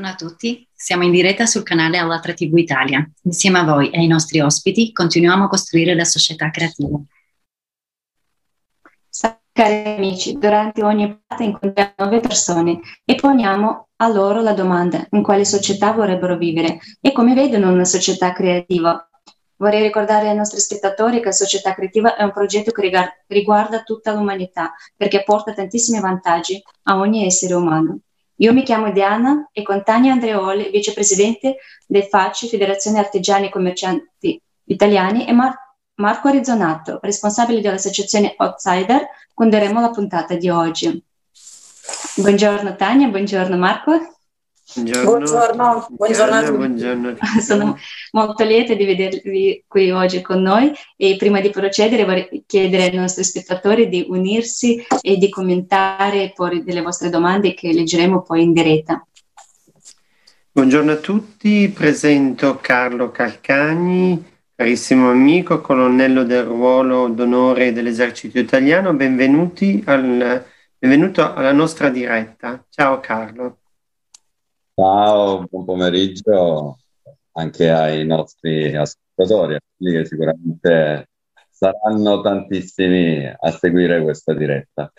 Buongiorno a tutti, siamo in diretta sul canale Allatra TV Italia. Insieme a voi e ai nostri ospiti continuiamo a costruire la società creativa. Cari amici, durante ogni puntata incontriamo nuove persone e poniamo a loro la domanda in quale società vorrebbero vivere e come vedono una società creativa. Vorrei ricordare ai nostri spettatori che la società creativa è un progetto che riguarda tutta l'umanità perché porta tantissimi vantaggi a ogni essere umano. Io mi chiamo Diana e con Tania Andreoli, vicepresidente del FACI, Federazione Artigiani e Commercianti Italiani, e Marco Arizzonato, responsabile dell'associazione Outsider, condurremo la puntata di oggi. Buongiorno Tania, buongiorno Marco. Buongiorno, buongiorno a tutti. Buongiorno. Sono molto lieta di vedervi qui oggi con noi e prima di procedere vorrei chiedere ai nostri spettatori di unirsi e di commentare e porre delle vostre domande che leggeremo poi in diretta. Buongiorno a tutti, presento Carlo Calcagni, carissimo amico, colonnello del ruolo d'onore dell'Esercito Italiano. Benvenuto alla nostra diretta. Ciao Carlo. Ciao, buon pomeriggio anche ai nostri ascoltatori, che sicuramente saranno tantissimi a seguire questa diretta.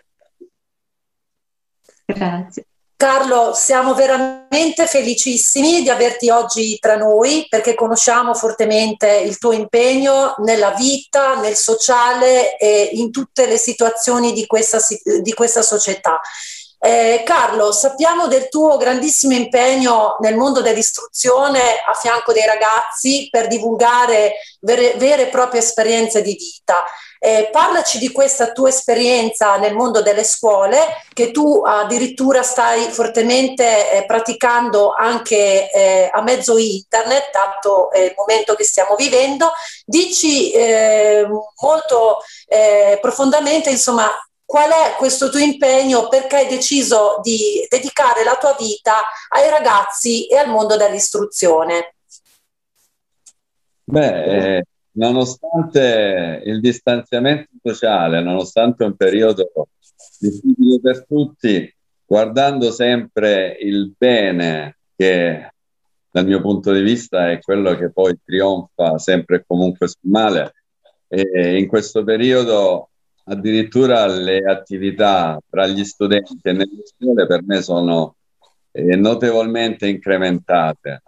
Grazie. Carlo, siamo veramente felicissimi di averti oggi tra noi perché conosciamo fortemente il tuo impegno nella vita, nel sociale e in tutte le situazioni di questa società. Carlo, sappiamo del tuo grandissimo impegno nel mondo dell'istruzione a fianco dei ragazzi per divulgare vere e proprie esperienze di vita. Parlaci di questa tua esperienza nel mondo delle scuole che tu addirittura stai fortemente praticando anche a mezzo internet, dato il momento che stiamo vivendo. Dici molto profondamente, insomma, qual è questo tuo impegno, perché hai deciso di dedicare la tua vita ai ragazzi e al mondo dell'istruzione? Nonostante il distanziamento sociale, nonostante un periodo difficile per tutti, guardando sempre il bene che dal mio punto di vista è quello che poi trionfa sempre e comunque sul male, e in questo periodo addirittura le attività tra gli studenti e nelle scuole per me sono notevolmente incrementate,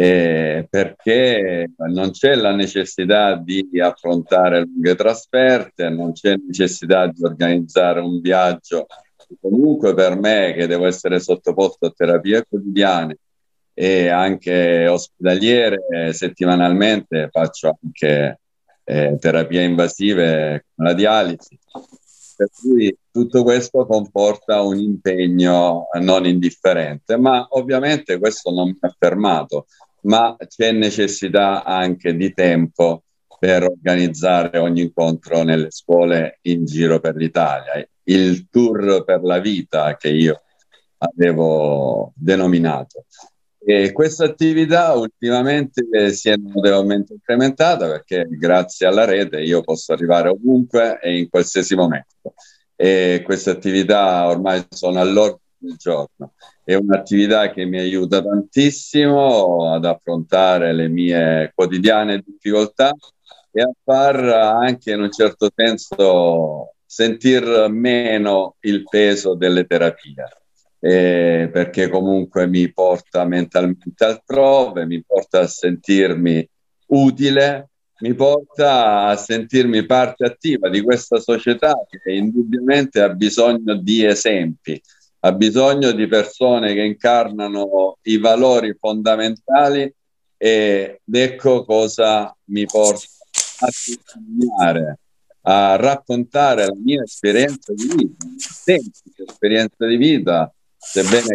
perché non c'è la necessità di affrontare lunghe trasferte, non c'è necessità di organizzare un viaggio. Comunque per me, che devo essere sottoposto a terapie quotidiane e anche ospedaliere settimanalmente, faccio anche terapie invasive come la dialisi, per cui tutto questo comporta un impegno non indifferente, ma ovviamente questo non mi ha fermato, ma c'è necessità anche di tempo per organizzare ogni incontro nelle scuole in giro per l'Italia, il tour per la vita che io avevo denominato. E questa attività ultimamente si è notevolmente incrementata perché grazie alla rete io posso arrivare ovunque e in qualsiasi momento. E queste attività ormai sono all'ordine del giorno. È un'attività che mi aiuta tantissimo ad affrontare le mie quotidiane difficoltà e a far anche in un certo senso sentir meno il peso delle terapie. Perché comunque mi porta mentalmente altrove, mi porta a sentirmi utile, mi porta a sentirmi parte attiva di questa società che indubbiamente ha bisogno di esempi, ha bisogno di persone che incarnano i valori fondamentali, ed ecco cosa mi porta a testimoniare, a raccontare la mia esperienza di vita, una semplice esperienza di vita, sebbene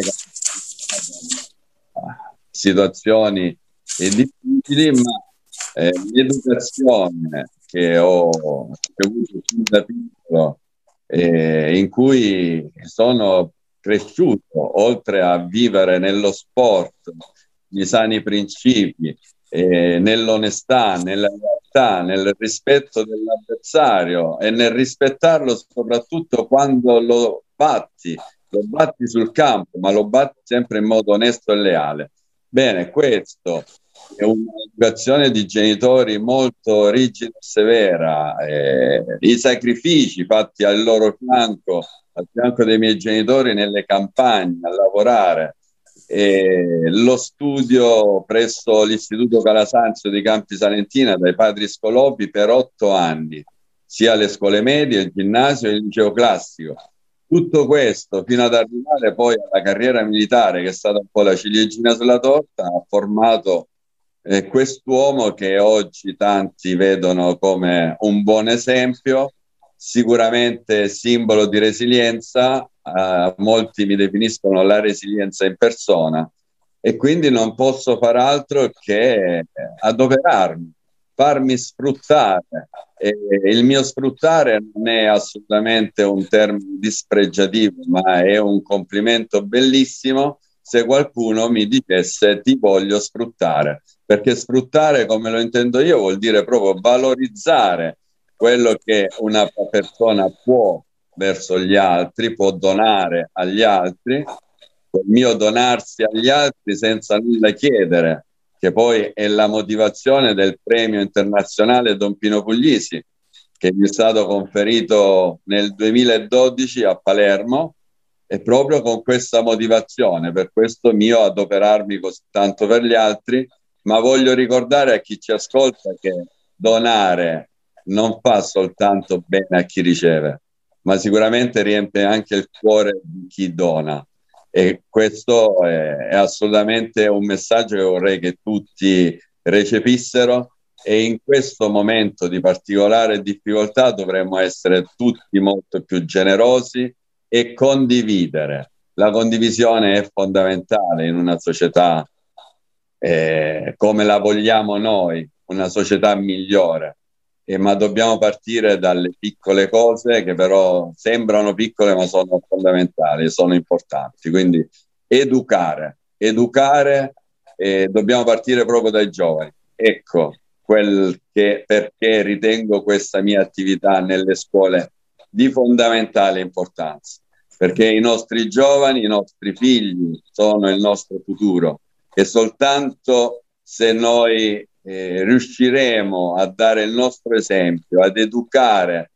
situazioni difficili, ma l'educazione che ho ricevuto fin da piccolo, in cui sono cresciuto, oltre a vivere nello sport, i sani principi, nell'onestà, nella realtà, nel rispetto dell'avversario e nel rispettarlo soprattutto quando lo batti lo batti sul campo, ma lo batti sempre in modo onesto e leale. Bene, questo è un'educazione di genitori molto rigida e severa. I sacrifici fatti al loro fianco, al fianco dei miei genitori nelle campagne, a lavorare, lo studio presso l'Istituto Calasanzio di Campi Salentina dai padri Scolopi per 8 anni, sia le scuole medie, il ginnasio e il liceo classico. Tutto questo fino ad arrivare poi alla carriera militare, che è stata un po' la ciliegina sulla torta, ha formato quest'uomo che oggi tanti vedono come un buon esempio, sicuramente simbolo di resilienza. Molti mi definiscono la resilienza in persona, e quindi non posso far altro che adoperarmi, farmi sfruttare. Il mio sfruttare non è assolutamente un termine dispregiativo, ma è un complimento bellissimo se qualcuno mi dicesse ti voglio sfruttare, perché sfruttare, come lo intendo io, vuol dire proprio valorizzare quello che una persona può verso gli altri, può donare agli altri, il mio donarsi agli altri senza nulla chiedere, che poi è la motivazione del premio internazionale Don Pino Puglisi, che mi è stato conferito nel 2012 a Palermo, e proprio con questa motivazione, per questo mio adoperarmi così tanto per gli altri. Ma voglio ricordare a chi ci ascolta che donare non fa soltanto bene a chi riceve, ma sicuramente riempie anche il cuore di chi dona. E questo è assolutamente un messaggio che vorrei che tutti recepissero, e in questo momento di particolare difficoltà dovremmo essere tutti molto più generosi e condividere. La condivisione è fondamentale in una società come la vogliamo noi, una società migliore. Ma dobbiamo partire dalle piccole cose, che però sembrano piccole ma sono fondamentali, sono importanti. Quindi educare, dobbiamo partire proprio dai giovani. Ecco perché ritengo questa mia attività nelle scuole di fondamentale importanza, perché i nostri giovani, i nostri figli sono il nostro futuro, e soltanto se noi riusciremo a dare il nostro esempio, ad educare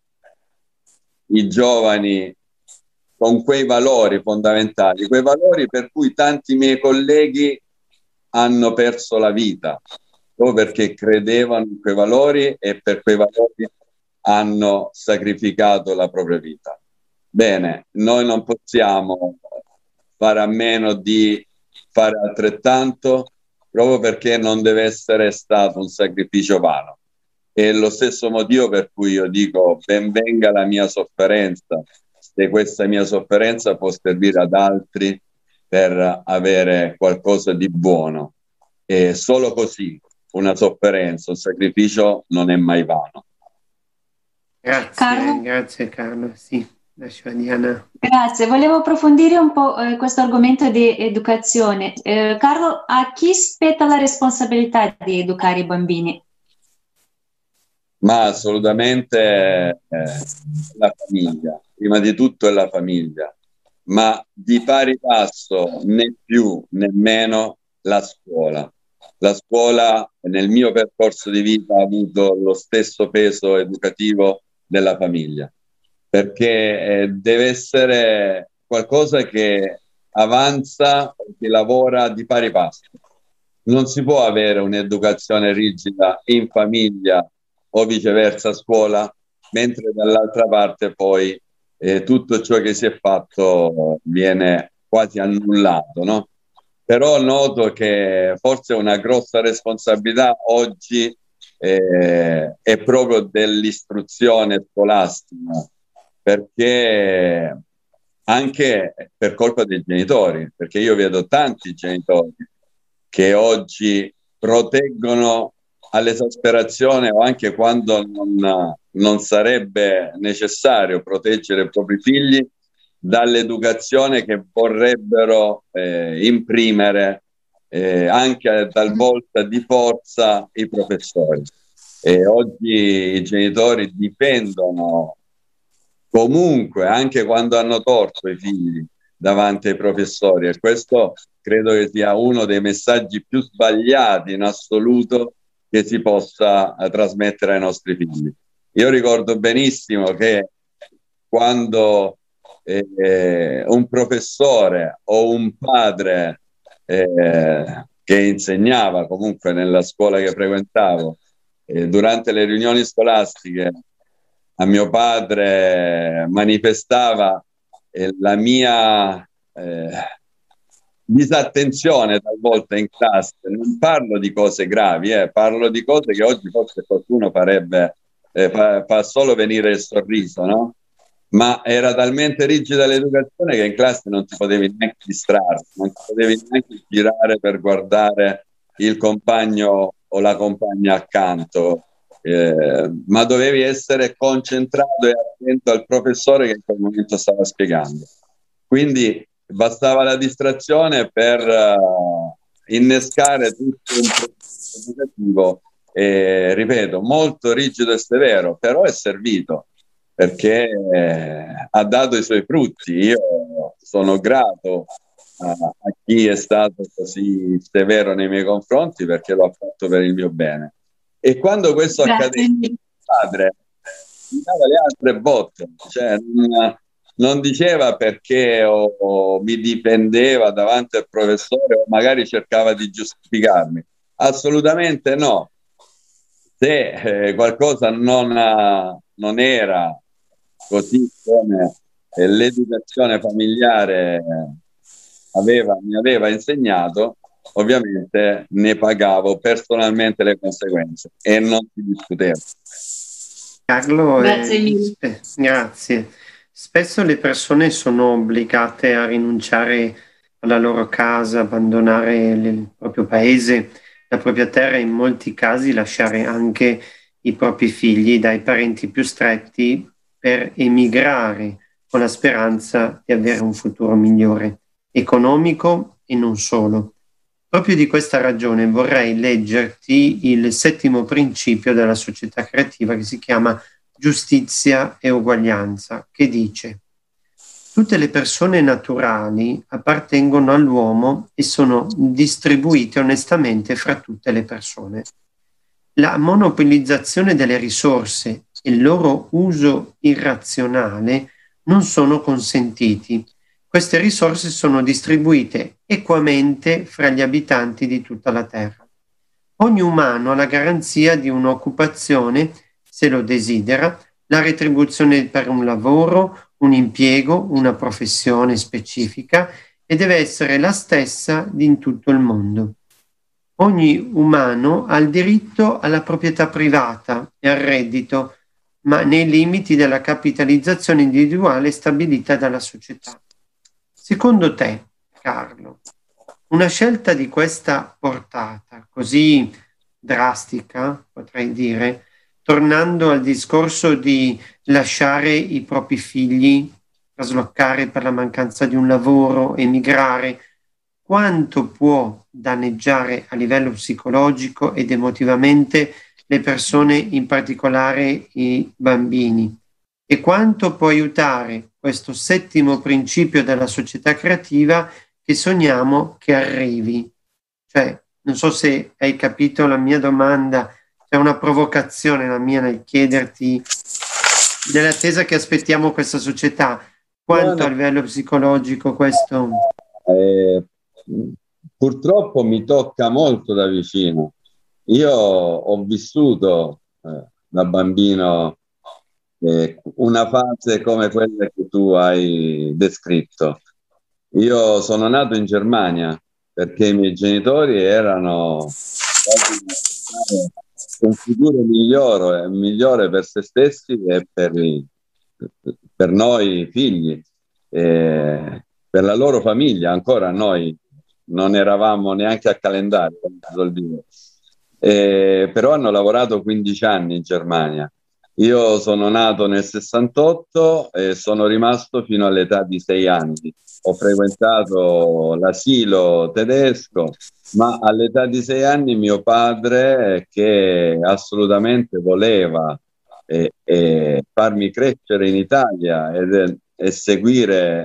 i giovani con quei valori fondamentali, quei valori per cui tanti miei colleghi hanno perso la vita, proprio perché credevano in quei valori e per quei valori hanno sacrificato la propria vita. Bene, noi non possiamo fare a meno di fare altrettanto, proprio perché non deve essere stato un sacrificio vano. È lo stesso motivo per cui io dico ben venga la mia sofferenza, se questa mia sofferenza può servire ad altri per avere qualcosa di buono. E solo così una sofferenza, un sacrificio non è mai vano. Grazie, Carlo? Grazie Carlo, sì. Diana. Grazie, volevo approfondire un po' questo argomento di educazione. Carlo, a chi spetta la responsabilità di educare i bambini? Ma assolutamente la famiglia, prima di tutto è la famiglia, ma di pari passo né più né meno la scuola. La scuola nel mio percorso di vita ha avuto lo stesso peso educativo della famiglia, perché deve essere qualcosa che avanza e che lavora di pari passo. Non si può avere un'educazione rigida in famiglia o viceversa a scuola, mentre dall'altra parte poi tutto ciò che si è fatto viene quasi annullato, no? Però noto che forse una grossa responsabilità oggi è proprio dell'istruzione scolastica, perché anche per colpa dei genitori, perché io vedo tanti genitori che oggi proteggono all'esasperazione, o anche quando non sarebbe necessario proteggere i propri figli dall'educazione che vorrebbero imprimere anche talvolta di forza i professori. E oggi i genitori difendono comunque, anche quando hanno torto i figli, davanti ai professori, e questo credo che sia uno dei messaggi più sbagliati in assoluto che si possa trasmettere ai nostri figli. Io ricordo benissimo che quando un professore o un padre che insegnava comunque nella scuola che frequentavo, durante le riunioni scolastiche a mio padre manifestava la mia disattenzione talvolta in classe. Non parlo di cose gravi, parlo di cose che oggi forse qualcuno farebbe, fa solo venire il sorriso, no? Ma era talmente rigida l'educazione che in classe non ti potevi neanche distrarre, non ti potevi neanche girare per guardare il compagno o la compagna accanto, ma dovevi essere concentrato e attento al professore che in quel momento stava spiegando. Quindi bastava la distrazione per innescare tutto un processo educativo, ripeto, molto rigido e severo, però è servito, perché ha dato i suoi frutti. Io sono grato a chi è stato così severo nei miei confronti, perché lo ha fatto per il mio bene. E quando questo accadeva, mio padre mi dava le altre botte, cioè non diceva perché o mi difendeva davanti al professore o magari cercava di giustificarmi. Assolutamente no. Se qualcosa non era così come l'educazione familiare mi aveva insegnato, ovviamente ne pagavo personalmente le conseguenze e non si discuteva. Carlo, Grazie mille. grazie. Spesso le persone sono obbligate a rinunciare alla loro casa, abbandonare il proprio paese, la propria terra e in molti casi lasciare anche i propri figli dai parenti più stretti per emigrare con la speranza di avere un futuro migliore, economico e non solo. Proprio di questa ragione vorrei leggerti il 7° principio della società creativa, che si chiama giustizia e uguaglianza, che dice: tutte le persone naturali appartengono all'uomo e sono distribuite onestamente fra tutte le persone. La monopolizzazione delle risorse e il loro uso irrazionale non sono consentiti. Queste risorse sono distribuite equamente fra gli abitanti di tutta la Terra. Ogni umano ha la garanzia di un'occupazione, se lo desidera, la retribuzione per un lavoro, un impiego, una professione specifica, e deve essere la stessa in tutto il mondo. Ogni umano ha il diritto alla proprietà privata e al reddito, ma nei limiti della capitalizzazione individuale stabilita dalla società. Secondo te, Carlo, una scelta di questa portata, così drastica, potrei dire, tornando al discorso di lasciare i propri figli, traslocare per la mancanza di un lavoro, emigrare, quanto può danneggiare a livello psicologico ed emotivamente le persone, in particolare i bambini? E quanto può aiutare questo 7° principio della società creativa che sogniamo che arrivi? Cioè, non so se hai capito la mia domanda, c'è una provocazione la mia nel chiederti, nell'attesa che aspettiamo questa società, quanto a livello psicologico questo... Purtroppo mi tocca molto da vicino. Io ho vissuto da bambino una fase come quella che tu hai descritto. Io sono nato in Germania perché i miei genitori erano un futuro migliore per se stessi e per noi figli, per la loro famiglia. Ancora noi non eravamo neanche a calendario, come si suol dire. Però hanno lavorato 15 anni in Germania. Io sono nato nel 68 e sono rimasto fino all'età di 6 anni. Ho frequentato l'asilo tedesco, ma all'età di 6 anni mio padre, che assolutamente voleva farmi crescere in Italia e seguire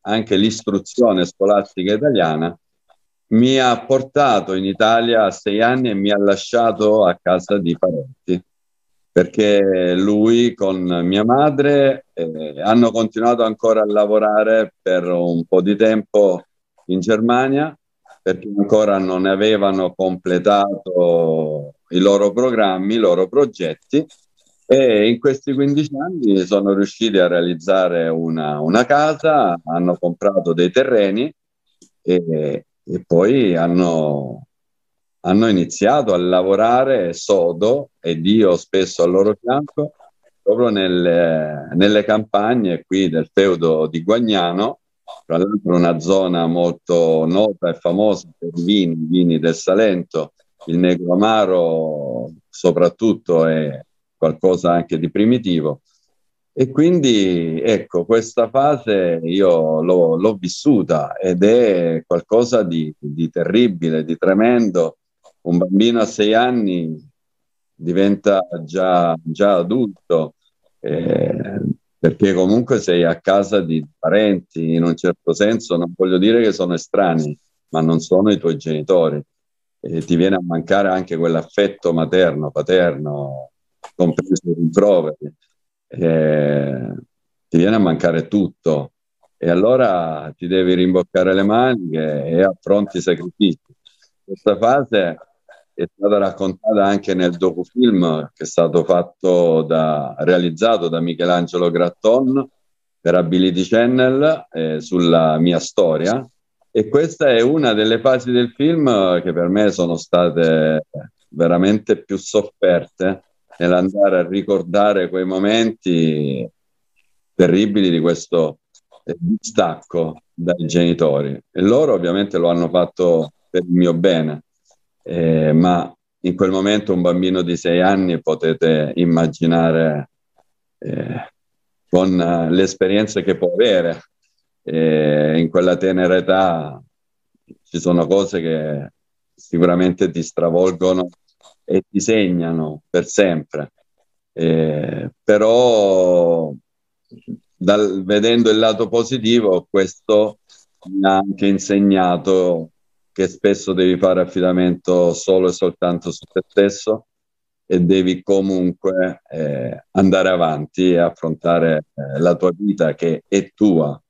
anche l'istruzione scolastica italiana, mi ha portato in Italia a 6 anni e mi ha lasciato a casa di parenti, perché lui con mia madre hanno continuato ancora a lavorare per un po' di tempo in Germania, perché ancora non avevano completato i loro programmi, i loro progetti, e in questi 15 anni sono riusciti a realizzare una casa, hanno comprato dei terreni e poi hanno iniziato a lavorare sodo, ed io spesso al loro fianco, proprio nelle campagne qui del feudo di Guagnano, tra l'altro una zona molto nota e famosa per i vini del Salento. Il Negromaro soprattutto è qualcosa anche di primitivo. E quindi ecco, questa fase io l'ho vissuta ed è qualcosa di terribile, di tremendo. Un bambino a 6 anni diventa già adulto, perché comunque sei a casa di parenti, in un certo senso. Non voglio dire che sono estranei, ma non sono i tuoi genitori. E ti viene a mancare anche quell'affetto materno, paterno, compreso i rimproveri. Ti viene a mancare tutto, e allora ti devi rimboccare le maniche e affronti i sacrifici. Questa fase è stata raccontata anche nel docufilm che è stato realizzato da Michelangelo Gratton per Ability Channel, sulla mia storia, e questa è una delle fasi del film che per me sono state veramente più sofferte, nell'andare a ricordare quei momenti terribili di questo distacco dai genitori. E loro ovviamente lo hanno fatto per il mio bene, ma in quel momento un bambino di 6 anni, potete immaginare con le esperienze che può avere, in quella tenera età ci sono cose che sicuramente ti stravolgono e ti segnano per sempre. Però vedendo il lato positivo, questo mi ha anche insegnato che spesso devi fare affidamento solo e soltanto su te stesso, e devi comunque andare avanti e affrontare la tua vita, che è tua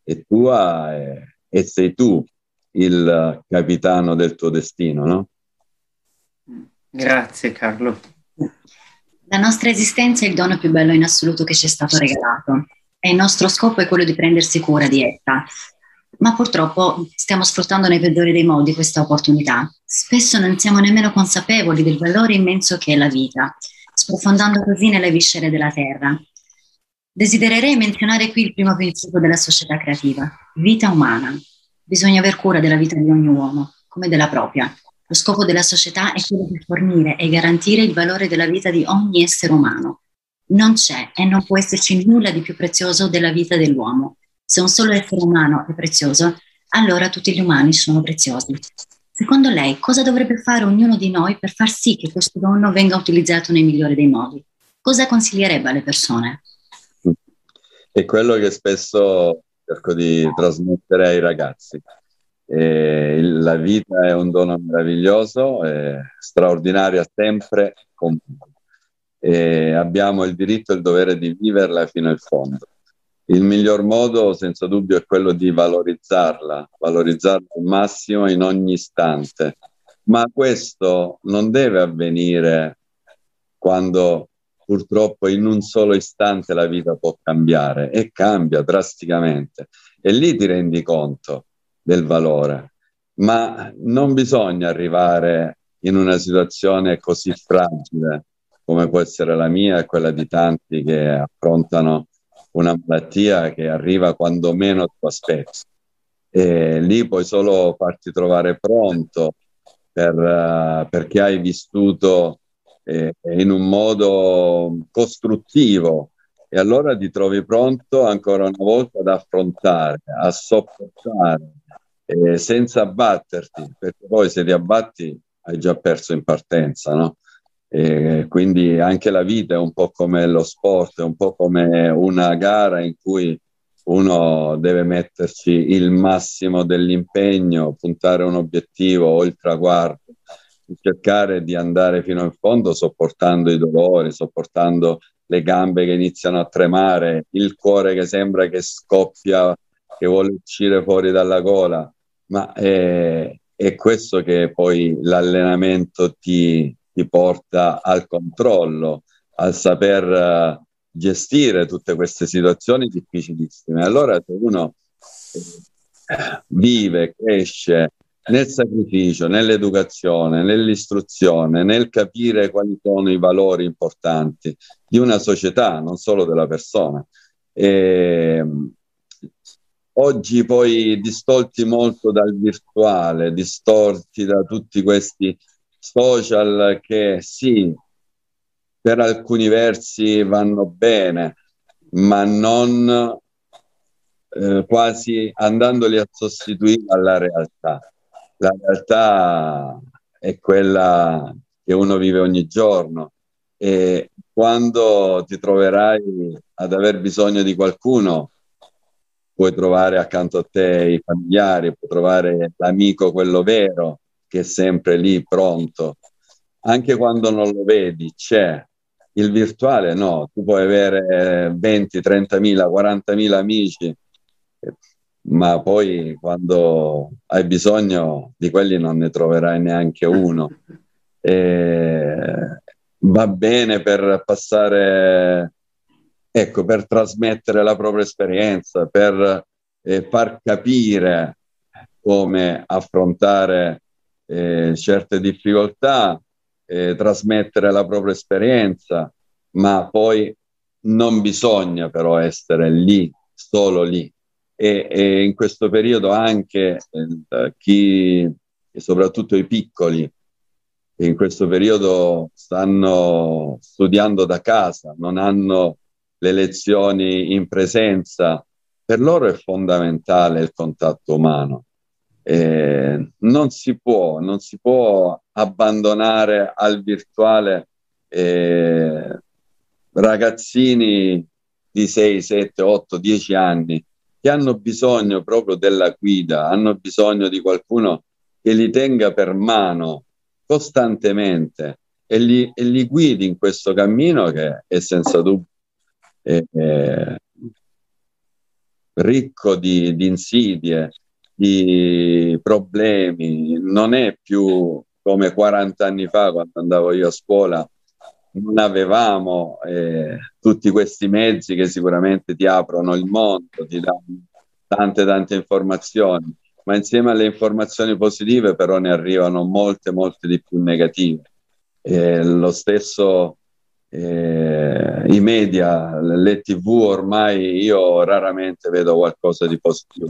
e sei tu il capitano del tuo destino, no? Grazie Carlo. La nostra esistenza è il dono più bello in assoluto che ci è stato regalato, e il nostro scopo è quello di prendersi cura di essa. Ma purtroppo stiamo sfruttando nei peggiori dei modi questa opportunità. Spesso non siamo nemmeno consapevoli del valore immenso che è la vita, sprofondando così nelle viscere della terra. Desidererei menzionare qui il primo principio della società creativa: vita umana. Bisogna aver cura della vita di ogni uomo, come della propria. Lo scopo della società è quello di fornire e garantire il valore della vita di ogni essere umano. Non c'è e non può esserci nulla di più prezioso della vita dell'uomo. Se un solo essere umano è prezioso, allora tutti gli umani sono preziosi. Secondo lei, cosa dovrebbe fare ognuno di noi per far sì che questo dono venga utilizzato nel migliore dei modi? Cosa consiglierebbe alle persone? È quello che spesso cerco di trasmettere ai ragazzi. La vita è un dono meraviglioso, straordinaria sempre, comunque. Abbiamo il diritto e il dovere di viverla fino in fondo. Il miglior modo, senza dubbio, è quello di valorizzarla al massimo in ogni istante. Ma questo non deve avvenire quando purtroppo in un solo istante la vita può cambiare, e cambia drasticamente. E lì ti rendi conto del valore. Ma non bisogna arrivare in una situazione così fragile come può essere la mia e quella di tanti che affrontano una malattia che arriva quando meno tu aspetti. E lì puoi solo farti trovare pronto perché hai vissuto in un modo costruttivo, e allora ti trovi pronto ancora una volta ad affrontare, a sopportare, senza abbatterti, perché poi se ti abbatti hai già perso in partenza, no? Quindi anche la vita è un po' come lo sport, è un po' come una gara in cui uno deve metterci il massimo dell'impegno, puntare un obiettivo o il traguardo, cercare di andare fino in fondo sopportando i dolori, sopportando le gambe che iniziano a tremare, il cuore che sembra che scoppia, che vuole uscire fuori dalla gola, ma è questo che poi l'allenamento ti porta al controllo, al saper gestire tutte queste situazioni difficilissime. Allora se uno vive, cresce nel sacrificio, nell'educazione, nell'istruzione, nel capire quali sono i valori importanti di una società, non solo della persona. Oggi poi distolti molto dal virtuale, distorti da tutti questi social che sì, per alcuni versi vanno bene, ma non quasi andandoli a sostituire alla realtà. La realtà è quella che uno vive ogni giorno, e quando ti troverai ad aver bisogno di qualcuno, puoi trovare accanto a te i familiari, puoi trovare l'amico, quello vero, che è sempre lì pronto. Anche quando non lo vedi, c'è. Il virtuale no, tu puoi avere 20, 30.000, 40.000 amici, ma poi quando hai bisogno di quelli non ne troverai neanche uno. Va bene per passare, ecco, per trasmettere la propria esperienza, per far capire come affrontare certe difficoltà, trasmettere la propria esperienza, ma poi non bisogna però essere lì, solo lì. E in questo periodo anche chi, e soprattutto i piccoli, che in questo periodo stanno studiando da casa, non hanno le lezioni in presenza, per loro è fondamentale il contatto umano. Non si può abbandonare al virtuale ragazzini di 6, 7, 8, 10 anni che hanno bisogno proprio della guida, hanno bisogno di qualcuno che li tenga per mano costantemente e li guidi in questo cammino che è senza dubbio ricco di insidie, di problemi. Non è più come 40 anni fa, quando andavo io a scuola, non avevamo tutti questi mezzi che sicuramente ti aprono il mondo, ti danno tante informazioni, ma insieme alle informazioni positive però ne arrivano molte di più negative. Lo stesso i media, le TV, ormai io raramente vedo qualcosa di positivo.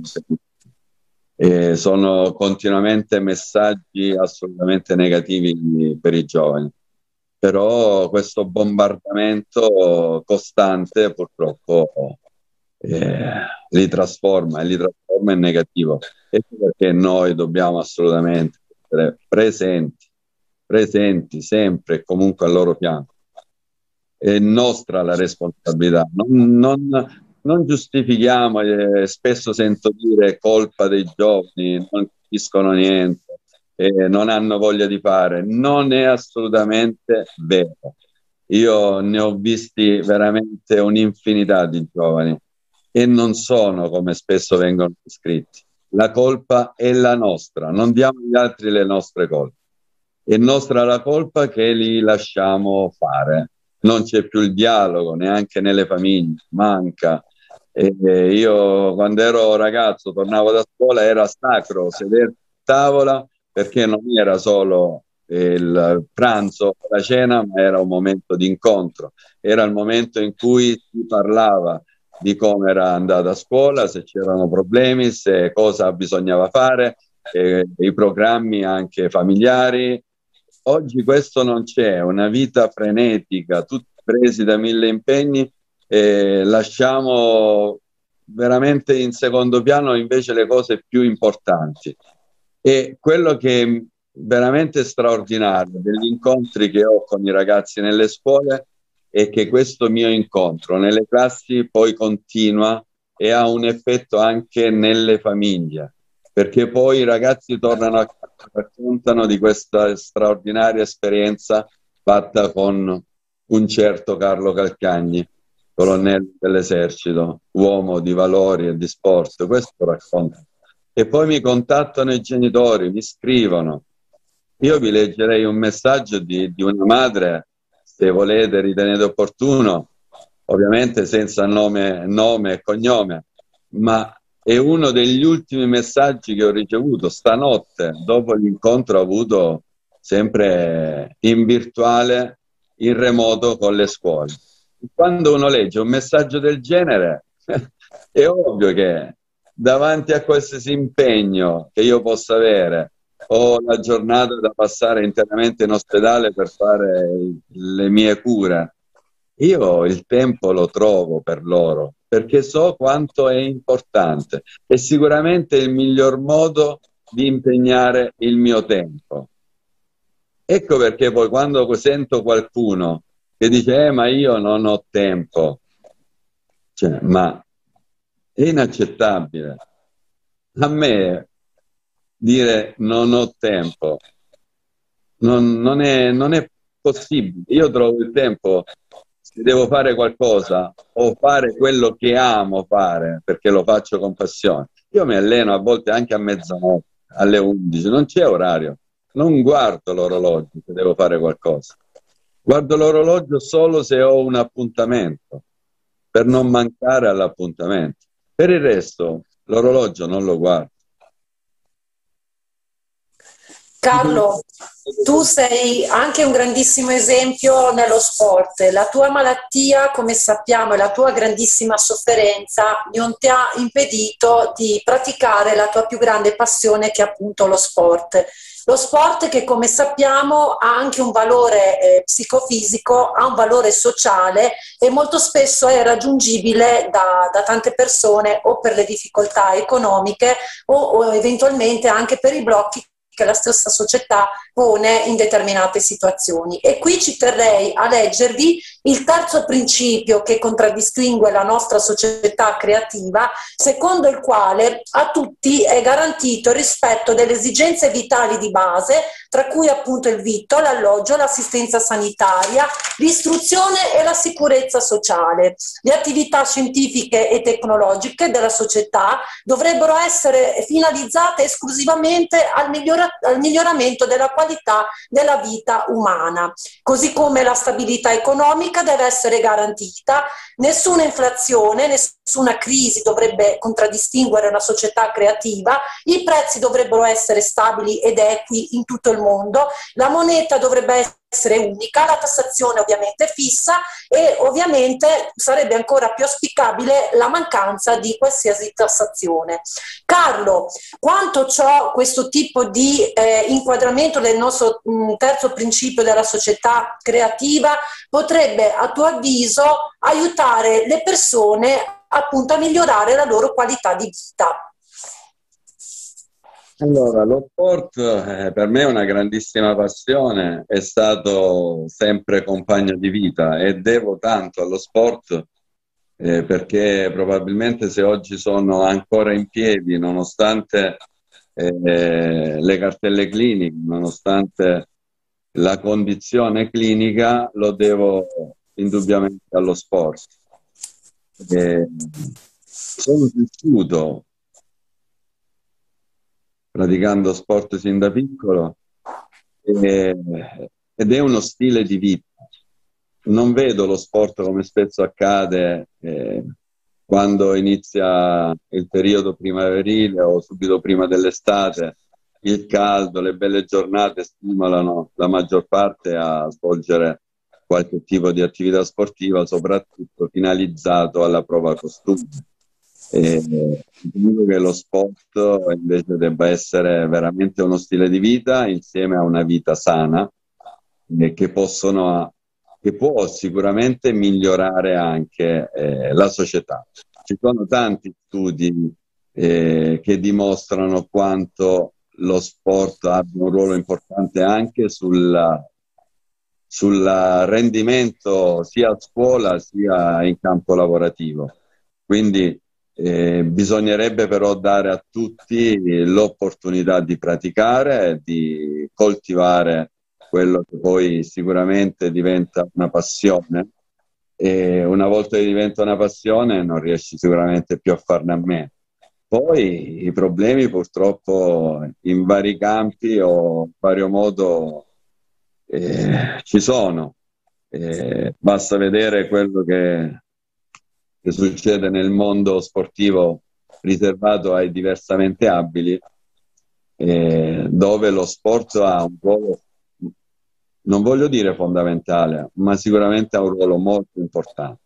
Sono continuamente messaggi assolutamente negativi per i giovani. Però questo bombardamento costante purtroppo li trasforma in negativo. Ecco perché noi dobbiamo assolutamente essere presenti sempre e comunque al loro fianco. È nostra la responsabilità, non giustifichiamo, spesso sento dire colpa dei giovani, non capiscono niente, non hanno voglia di fare. Non è assolutamente vero. Io ne ho visti veramente un'infinità di giovani e non sono come spesso vengono descritti. La colpa è la nostra, non diamo agli altri le nostre colpe. È nostra la colpa che li lasciamo fare. Non c'è più il dialogo neanche nelle famiglie, manca. Io quando ero ragazzo tornavo da scuola, era sacro sedersi a tavola, perché non era solo il pranzo, la cena, ma era un momento di incontro. Era il momento in cui si parlava di come era andata a scuola, se c'erano problemi, se cosa bisognava fare, i programmi anche familiari. Oggi questo non c'è, una vita frenetica, tutti presi da 1000 impegni, lasciamo veramente in secondo piano invece le cose più importanti. E quello che è veramente straordinario degli incontri che ho con i ragazzi nelle scuole è che questo mio incontro nelle classi poi continua e ha un effetto anche nelle famiglie, perché poi i ragazzi tornano a casa, raccontano di questa straordinaria esperienza fatta con un certo Carlo Calcagni, colonnello dell'esercito, uomo di valori e di sport. Questo racconta. E poi mi contattano i genitori, mi scrivono. Io vi leggerei un messaggio di una madre, se volete, ritenete opportuno, ovviamente senza nome e cognome, ma è uno degli ultimi messaggi che ho ricevuto stanotte, dopo l'incontro avuto sempre in virtuale, in remoto con le scuole. Quando uno legge un messaggio del genere, è ovvio che davanti a qualsiasi impegno che io possa avere, ho la giornata da passare interamente in ospedale per fare le mie cure, io il tempo lo trovo per loro, perché so quanto è importante. È sicuramente il miglior modo di impegnare il mio tempo. Ecco perché poi quando sento qualcuno che dice ma io non ho tempo, cioè, ma è inaccettabile. A me dire non ho tempo non è possibile. Io trovo il tempo, se devo fare qualcosa o fare quello che amo fare, perché lo faccio con passione. Io mi alleno a volte anche a mezzanotte, alle 11, non c'è orario. Non guardo l'orologio se devo fare qualcosa. Guardo l'orologio solo se ho un appuntamento, per non mancare all'appuntamento. Per il resto, l'orologio non lo guardo. Carlo, tu sei anche un grandissimo esempio nello sport. La tua malattia, come sappiamo, e la tua grandissima sofferenza non ti ha impedito di praticare la tua più grande passione, che è appunto lo sport. Lo sport che, come sappiamo, ha anche un valore psicofisico, ha un valore sociale e molto spesso è raggiungibile da tante persone o per le difficoltà economiche o eventualmente anche per i blocchi che la stessa società pone in determinate situazioni. E qui ci terrei a leggervi il terzo principio che contraddistingue la nostra società creativa, secondo il quale a tutti è garantito il rispetto delle esigenze vitali di base, tra cui appunto il vitto, l'alloggio, l'assistenza sanitaria, l'istruzione e la sicurezza sociale. Le attività scientifiche e tecnologiche della società dovrebbero essere finalizzate esclusivamente al miglioramento della qualità della vita umana, così come la stabilità economica deve essere garantita, nessuna inflazione, nessuna crisi dovrebbe contraddistinguere una società creativa, i prezzi dovrebbero essere stabili ed equi in tutto il mondo, la moneta dovrebbe essere unica, la tassazione ovviamente fissa e ovviamente sarebbe ancora più auspicabile la mancanza di qualsiasi tassazione. Carlo, quanto ciò, questo tipo di inquadramento del nostro terzo principio della società creativa potrebbe a tuo avviso aiutare le persone appunto a migliorare la loro qualità di vita? Allora, lo sport per me è una grandissima passione, è stato sempre compagno di vita e devo tanto allo sport perché probabilmente se oggi sono ancora in piedi, nonostante le cartelle cliniche, nonostante la condizione clinica, lo devo indubbiamente allo sport. Sono cresciuto praticando sport sin da piccolo ed è uno stile di vita. Non vedo lo sport come spesso accade quando inizia il periodo primaverile o subito prima dell'estate. Il caldo, le belle giornate stimolano la maggior parte a svolgere qualche tipo di attività sportiva, soprattutto finalizzato alla prova costume. Dico che lo sport invece debba essere veramente uno stile di vita insieme a una vita sana che può sicuramente migliorare anche la società. Ci sono tanti studi che dimostrano quanto lo sport abbia un ruolo importante anche sul rendimento sia a scuola sia in campo lavorativo. Quindi Bisognerebbe però dare a tutti l'opportunità di praticare e di coltivare quello che poi sicuramente diventa una passione, e una volta che diventa una passione non riesci sicuramente più a farne a meno. Poi i problemi purtroppo in vari campi o in vario modo ci sono. Basta vedere quello che succede nel mondo sportivo riservato ai diversamente abili, dove lo sport ha un ruolo, non voglio dire fondamentale, ma sicuramente ha un ruolo molto importante.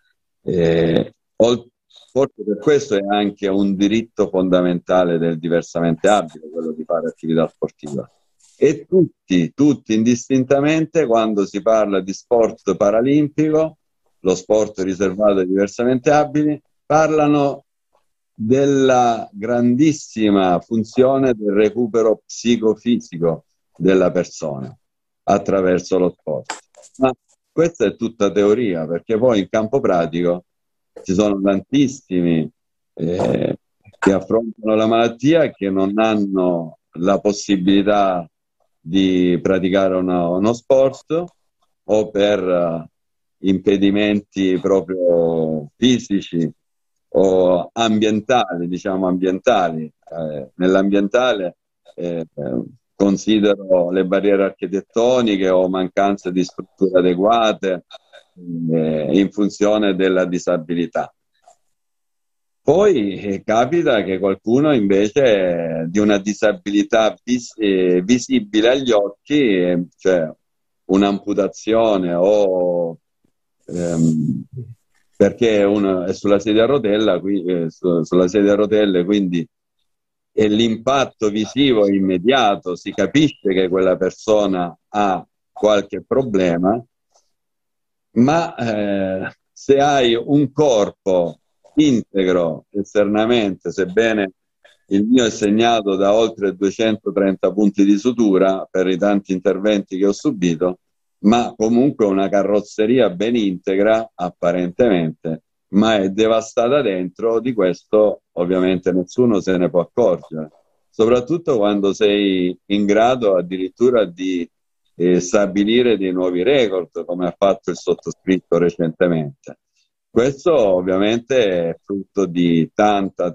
Forse per questo è anche un diritto fondamentale del diversamente abile, quello di fare attività sportiva. E tutti indistintamente, quando si parla di sport paralimpico, lo sport riservato ai diversamente abili, parlano della grandissima funzione del recupero psicofisico della persona attraverso lo sport. Ma questa è tutta teoria, perché poi in campo pratico ci sono tantissimi che affrontano la malattia e che non hanno la possibilità di praticare uno sport, o per impedimenti proprio fisici o ambientali, diciamo ambientali. Nell'ambientale considero le barriere architettoniche o mancanza di strutture adeguate in funzione della disabilità. Poi capita che qualcuno invece di una disabilità visibile agli occhi, cioè un'amputazione o perché uno è sulla sedia a rotella, sulla sedia a rotelle, quindi e l'impatto visivo è immediato, si capisce che quella persona ha qualche problema, ma se hai un corpo integro esternamente, sebbene il mio è segnato da oltre 230 punti di sutura per i tanti interventi che ho subito, ma comunque una carrozzeria ben integra apparentemente, ma è devastata dentro, di questo ovviamente nessuno se ne può accorgere, soprattutto quando sei in grado addirittura di stabilire dei nuovi record, come ha fatto il sottoscritto recentemente. Questo ovviamente è frutto di tanta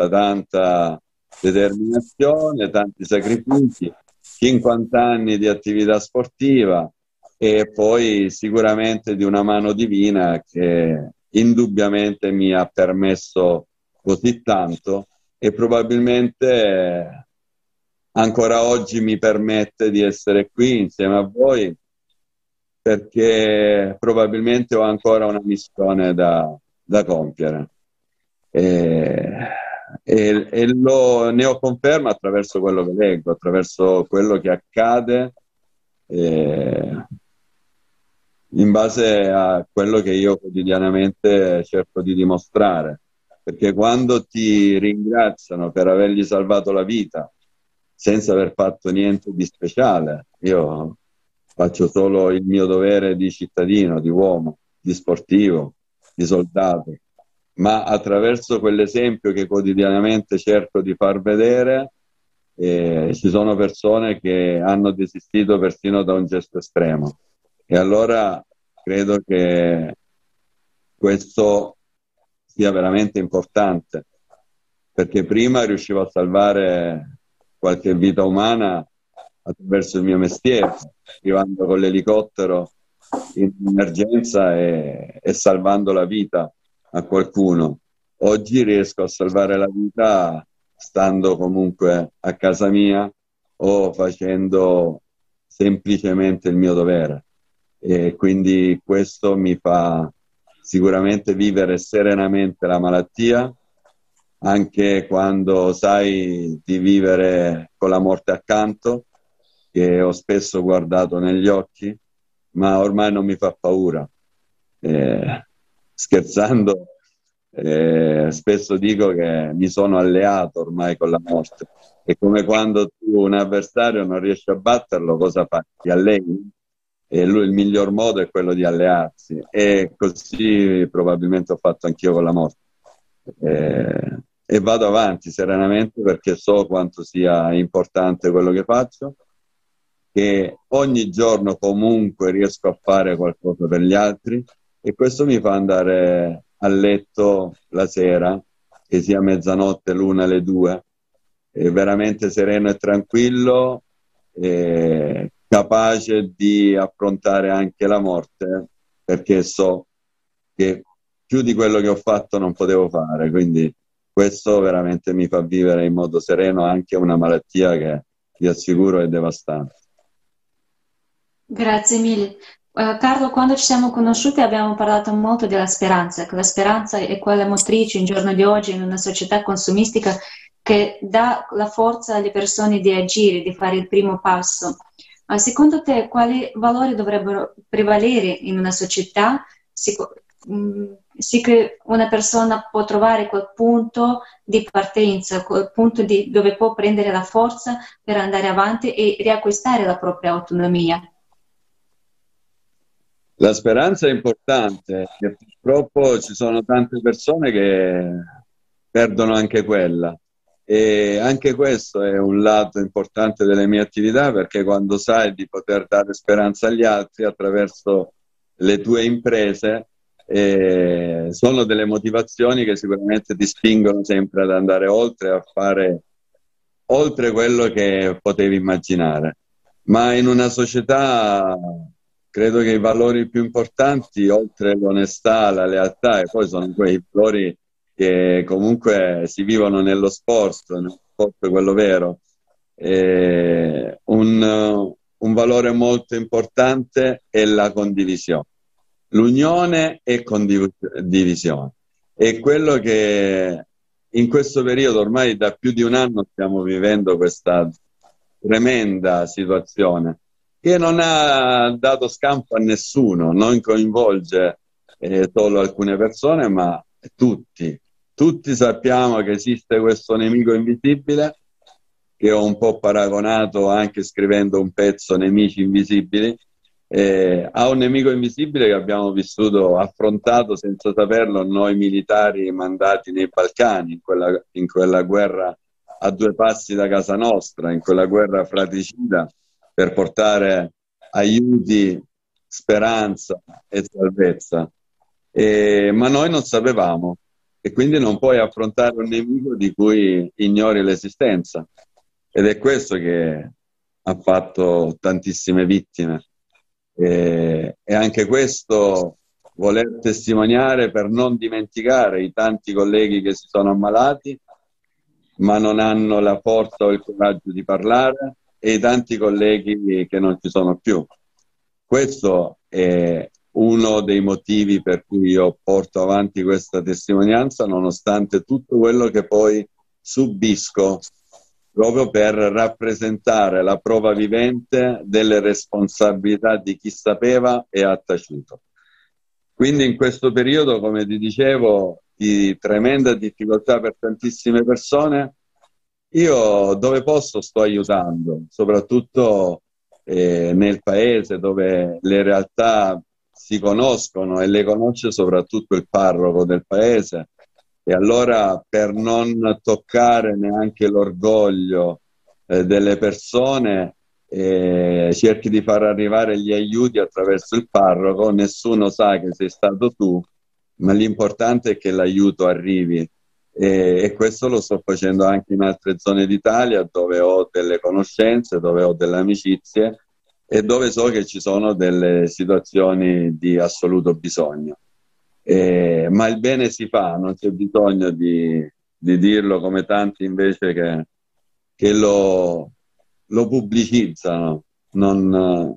determinazione, tanti sacrifici, 50 anni di attività sportiva e poi sicuramente di una mano divina che indubbiamente mi ha permesso così tanto e probabilmente ancora oggi mi permette di essere qui insieme a voi, perché probabilmente ho ancora una missione da compiere. Ne ho conferma attraverso quello che leggo, attraverso quello che accade, in base a quello che io quotidianamente cerco di dimostrare. Perché quando ti ringraziano per avergli salvato la vita senza aver fatto niente di speciale, io faccio solo il mio dovere di cittadino, di uomo, di sportivo, di soldato, ma attraverso quell'esempio che quotidianamente cerco di far vedere, ci sono persone che hanno desistito persino da un gesto estremo. E allora credo che questo sia veramente importante, perché prima riuscivo a salvare qualche vita umana attraverso il mio mestiere, arrivando con l'elicottero in emergenza e salvando la vita a qualcuno. Oggi riesco a salvare la vita stando comunque a casa mia o facendo semplicemente il mio dovere. E quindi questo mi fa sicuramente vivere serenamente la malattia, anche quando sai di vivere con la morte accanto, che ho spesso guardato negli occhi, ma ormai non mi fa paura. Scherzando, spesso dico che mi sono alleato ormai con la morte. È come quando tu un avversario non riesci a batterlo, cosa fai? Ti alleni? E lui, il miglior modo è quello di allearsi. E così probabilmente ho fatto anch'io con la morte. e vado avanti serenamente perché so quanto sia importante quello che faccio, che ogni giorno comunque riesco a fare qualcosa per gli altri e questo mi fa andare a letto la sera, che sia mezzanotte, l'una, le due, veramente sereno e tranquillo, capace di affrontare anche la morte, perché so che più di quello che ho fatto non potevo fare, quindi questo veramente mi fa vivere in modo sereno anche una malattia che vi assicuro è devastante. Grazie mille. Carlo, quando ci siamo conosciuti abbiamo parlato molto della speranza, che la speranza è quella motrice in giorno di oggi in una società consumistica che dà la forza alle persone di agire, di fare il primo passo. Secondo te, quali valori dovrebbero prevalere in una società? Sì che una persona può trovare quel punto di partenza, quel punto dove può prendere la forza per andare avanti e riacquistare la propria autonomia. La speranza è importante, e purtroppo ci sono tante persone che perdono anche quella. E anche questo è un lato importante delle mie attività, perché quando sai di poter dare speranza agli altri attraverso le tue imprese, sono delle motivazioni che sicuramente ti spingono sempre ad andare oltre, a fare oltre quello che potevi immaginare. Ma in una società credo che i valori più importanti, oltre l'onestà, la lealtà, e poi sono quei valori che comunque si vivono nello sport quello vero. Un valore molto importante è la condivisione, l'unione e condivisione. È quello che in questo periodo, ormai da più di un anno, stiamo vivendo questa tremenda situazione che non ha dato scampo a nessuno, non coinvolge solo alcune persone, ma tutti. Tutti sappiamo che esiste questo nemico invisibile, che ho un po' paragonato anche scrivendo un pezzo Nemici Invisibili, a un nemico invisibile che abbiamo vissuto, affrontato senza saperlo noi militari mandati nei Balcani, in quella guerra a due passi da casa nostra, in quella guerra fratricida, per portare aiuti, speranza e salvezza. Ma noi non sapevamo e quindi non puoi affrontare un nemico di cui ignori l'esistenza. Ed è questo che ha fatto tantissime vittime. E anche questo voler testimoniare per non dimenticare i tanti colleghi che si sono ammalati ma non hanno la forza o il coraggio di parlare, e i tanti colleghi che non ci sono più. Questo è uno dei motivi per cui io porto avanti questa testimonianza, nonostante tutto quello che poi subisco, proprio per rappresentare la prova vivente delle responsabilità di chi sapeva e ha taciuto. Quindi in questo periodo, come ti dicevo, di tremenda difficoltà per tantissime persone, io dove posso sto aiutando, soprattutto nel paese dove le realtà si conoscono e le conosce soprattutto il parroco del paese. E allora, per non toccare neanche l'orgoglio delle persone, cerchi di far arrivare gli aiuti attraverso il parroco. Nessuno sa che sei stato tu, ma l'importante è che l'aiuto arrivi. E questo lo sto facendo anche in altre zone d'Italia, dove ho delle conoscenze, dove ho delle amicizie e dove so che ci sono delle situazioni di assoluto bisogno. Ma il bene si fa, non c'è bisogno di dirlo come tanti invece che lo pubblicizzano. Non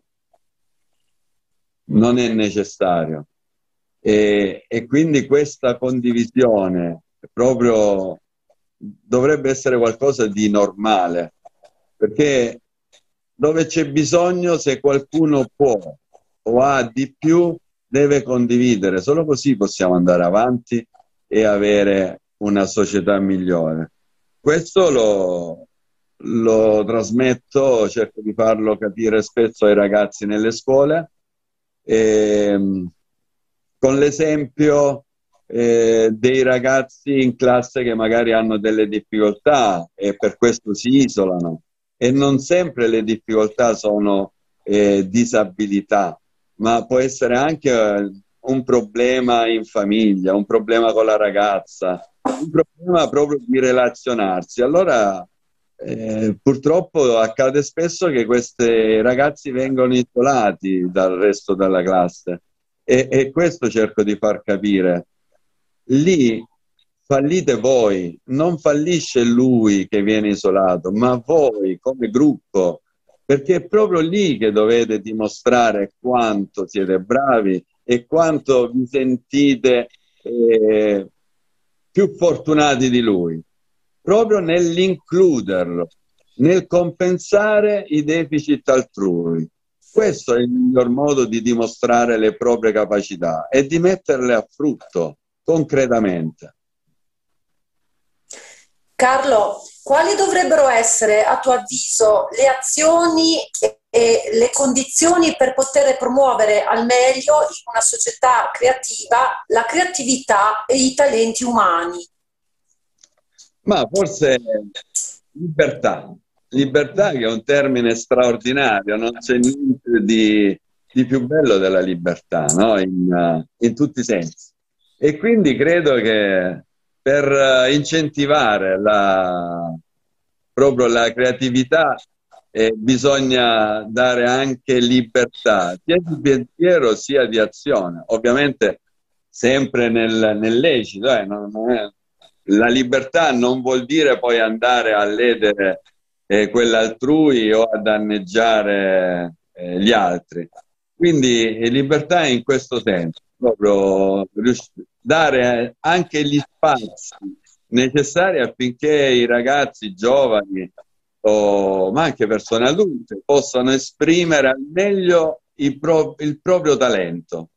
è necessario. E quindi questa condivisione proprio dovrebbe essere qualcosa di normale, perché dove c'è bisogno, se qualcuno può o ha di più, deve condividere. Solo così possiamo andare avanti e avere una società migliore. Questo lo trasmetto, cerco di farlo capire spesso ai ragazzi nelle scuole, con l'esempio dei ragazzi in classe che magari hanno delle difficoltà e per questo si isolano, e non sempre le difficoltà sono disabilità, ma può essere anche un problema in famiglia, un problema con la ragazza, un problema proprio di relazionarsi. Allora purtroppo accade spesso che questi ragazzi vengono isolati dal resto della classe, e questo cerco di far capire. Lì fallite voi, non fallisce lui che viene isolato, ma voi come gruppo, perché è proprio lì che dovete dimostrare quanto siete bravi e quanto vi sentite più fortunati di lui, proprio nell'includerlo, nel compensare i deficit altrui. Questo è il miglior modo di dimostrare le proprie capacità e di metterle a frutto concretamente. Carlo, quali dovrebbero essere, a tuo avviso, le azioni e le condizioni per poter promuovere al meglio in una società creativa la creatività e i talenti umani? Ma forse libertà. Libertà, che è un termine straordinario, non c'è niente di più bello della libertà, no? In tutti i sensi. E quindi credo che per incentivare proprio la creatività bisogna dare anche libertà, sia di pensiero sia di azione, ovviamente sempre nel lecito. La libertà non vuol dire poi andare a ledere quell'altrui o a danneggiare gli altri. Quindi libertà in questo senso, proprio dare anche gli spazi necessari affinché i ragazzi giovani, ma anche persone adulte, possano esprimere al meglio il proprio talento.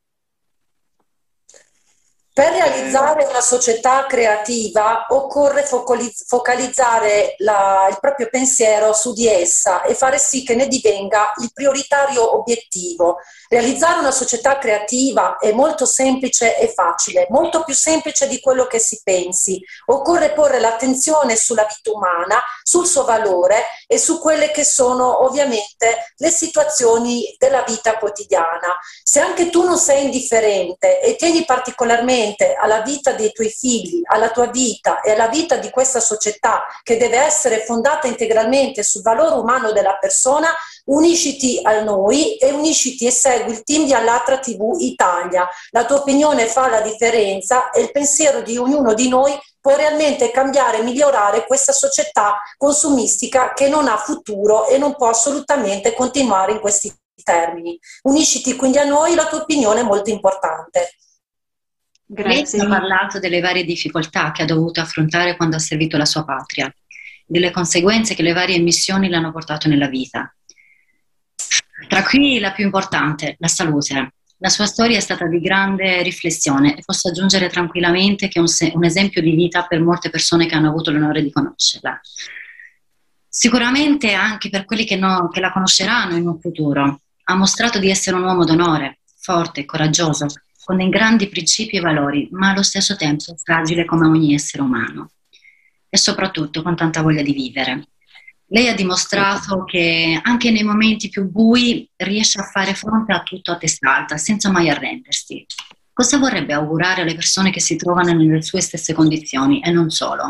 Per realizzare una società creativa occorre focalizzare il proprio pensiero su di essa e fare sì che ne divenga il prioritario obiettivo. Realizzare una società creativa è molto semplice e facile, molto più semplice di quello che si pensi. Occorre porre l'attenzione sulla vita umana, sul suo valore e su quelle che sono ovviamente le situazioni della vita quotidiana. Se anche tu non sei indifferente e tieni particolarmente alla vita dei tuoi figli, alla tua vita e alla vita di questa società che deve essere fondata integralmente sul valore umano della persona, unisciti a noi e unisciti e segui il team di Allatra TV Italia. La tua opinione fa la differenza e il pensiero di ognuno di noi può realmente cambiare e migliorare questa società consumistica che non ha futuro e non può assolutamente continuare in questi termini. Unisciti quindi a noi, la tua opinione è molto importante. Grazie. Lei ha parlato delle varie difficoltà che ha dovuto affrontare quando ha servito la sua patria, delle conseguenze che le varie missioni le hanno portato nella vita. Tra cui la più importante, la salute. La sua storia è stata di grande riflessione e posso aggiungere tranquillamente che è un esempio di vita per molte persone che hanno avuto l'onore di conoscerla. Sicuramente anche per quelli che la conosceranno in un futuro. Ha mostrato di essere un uomo d'onore, forte, coraggioso, con dei grandi principi e valori, ma allo stesso tempo fragile come ogni essere umano. E soprattutto con tanta voglia di vivere. Lei ha dimostrato che anche nei momenti più bui riesce a fare fronte a tutto a testa alta, senza mai arrendersi. Cosa vorrebbe augurare alle persone che si trovano nelle sue stesse condizioni e non solo?